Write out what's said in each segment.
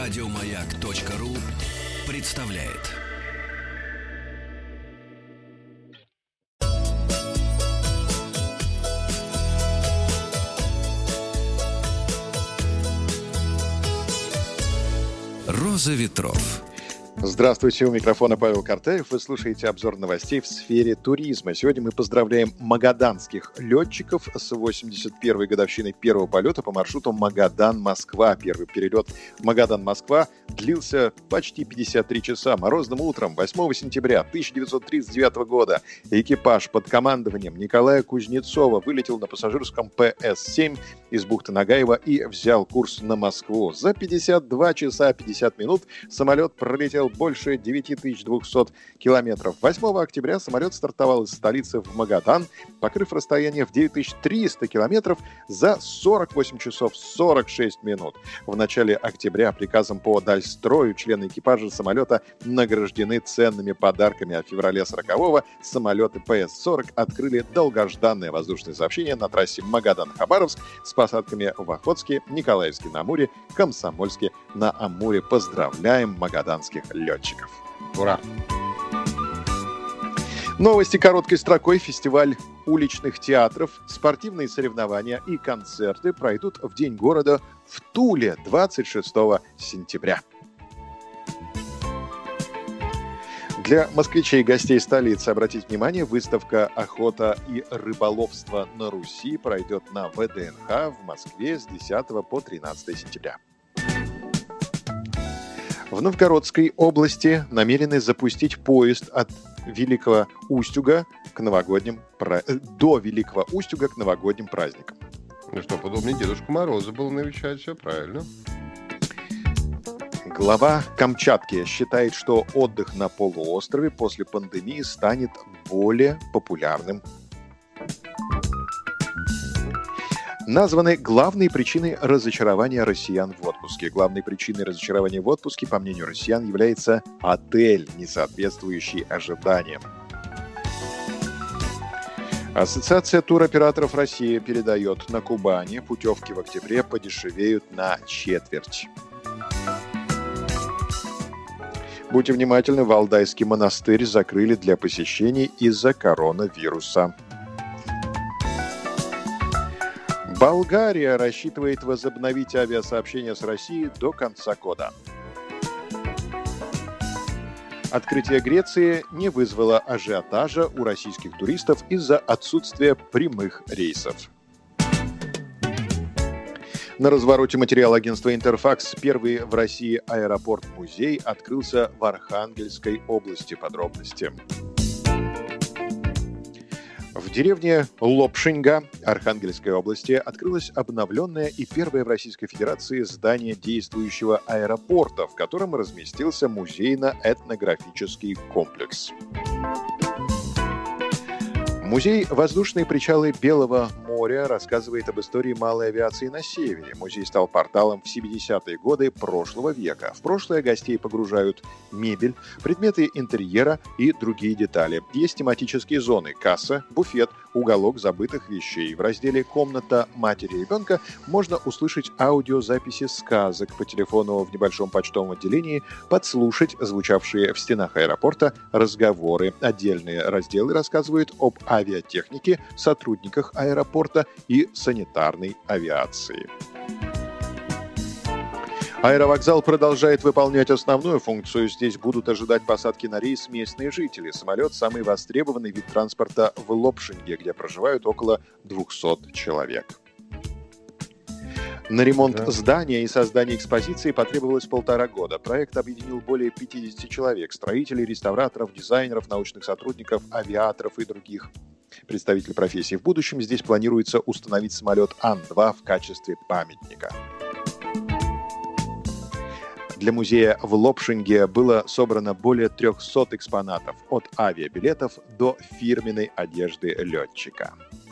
Радиомаяк.ру представляет. Роза ветров. Здравствуйте, у микрофона Павел Картаев. Вы слушаете обзор новостей в сфере туризма. Сегодня мы поздравляем магаданских летчиков с 81-й годовщиной первого полета по маршруту Магадан-Москва. Первый перелет Магадан-Москва длился почти 53 часа. Морозным утром 8 сентября 1939 года экипаж под командованием Николая Кузнецова вылетел на пассажирском ПС-7 из бухты Нагаева и взял курс на Москву. За 52 часа 50 минут самолет пролетел больше 9200 километров. 8 октября самолет стартовал из столицы в Магадан, покрыв расстояние в 9300 километров за 48 часов 46 минут. В начале октября приказом по Дальстрою члены экипажа самолета награждены ценными подарками, а в феврале 40-го самолеты ПС-40 открыли долгожданное воздушное сообщение на трассе Магадан-Хабаровск с посадками в Охотске, Николаевске на Амуре, Комсомольске на Амуре. Поздравляем магаданских летчиков. Ура! Новости короткой строкой. Фестиваль уличных театров, спортивные соревнования и концерты пройдут в День города в Туле 26 сентября. Для москвичей и гостей столицы обратить внимание, выставка «Охота и рыболовство на Руси» пройдет на ВДНХ в Москве с 10 по 13 сентября. В Новгородской области намерены запустить поезд от Великого Устюга к до Великого Устюга к новогодним праздникам. Ну что, подобнее Дедушку Морозу было навещать, все правильно. Глава Камчатки считает, что отдых на полуострове после пандемии станет более популярным. Названы главные причины разочарования россиян в отпуске. Главной причиной разочарования в отпуске, по мнению россиян, является отель, не соответствующий ожиданиям. Ассоциация туроператоров России передает: на Кубани путевки в октябре подешевеют на четверть. Будьте внимательны, Валдайский монастырь закрыли для посещений из-за коронавируса. Болгария рассчитывает возобновить авиасообщение с Россией до конца года. Открытие Греции не вызвало ажиотажа у российских туристов из-за отсутствия прямых рейсов. На развороте материал агентства «Интерфакс». Первый в России аэропорт-музей открылся в Архангельской области. Подробности. В деревне Лопшинга Архангельской области открылось обновленное и первое в Российской Федерации здание действующего аэропорта, в котором разместился музейно-этнографический комплекс. Музей «Воздушные причалы Белого моря» рассказывает об истории малой авиации на севере. Музей стал порталом в 70-е годы прошлого века. В прошлое гостей погружают мебель, предметы интерьера и другие детали. Есть тематические зоны: касса, буфет, уголок забытых вещей. В разделе «Комната матери и ребенка» можно услышать аудиозаписи сказок, по телефону в небольшом почтовом отделении подслушать звучавшие в стенах аэропорта разговоры. Отдельные разделы рассказывают об авиатехнике, сотрудниках аэропорта и санитарной авиации. Аэровокзал продолжает выполнять основную функцию. Здесь будут ожидать посадки на рейс местные жители. Самолет – самый востребованный вид транспорта в Лопшинге, где проживают около 200 человек. На ремонт здания и создание экспозиции потребовалось 1,5 года. Проект объединил более 50 человек – строителей, реставраторов, дизайнеров, научных сотрудников, авиаторов и других представителей профессии. В будущем здесь планируется установить самолет Ан-2 в качестве памятника. Для музея в Лопшинге было собрано более 300 экспонатов, от авиабилетов до фирменной одежды летчика.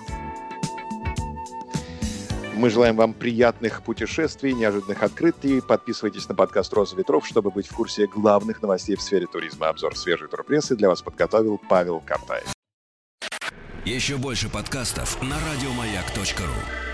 Мы желаем вам приятных путешествий, неожиданных открытий. Подписывайтесь на подкаст «Роза ветров», чтобы быть в курсе главных новостей в сфере туризма. Обзор свежей турпрессы для вас подготовил Павел Картаев. Еще больше подкастов на радиомаяк.ру.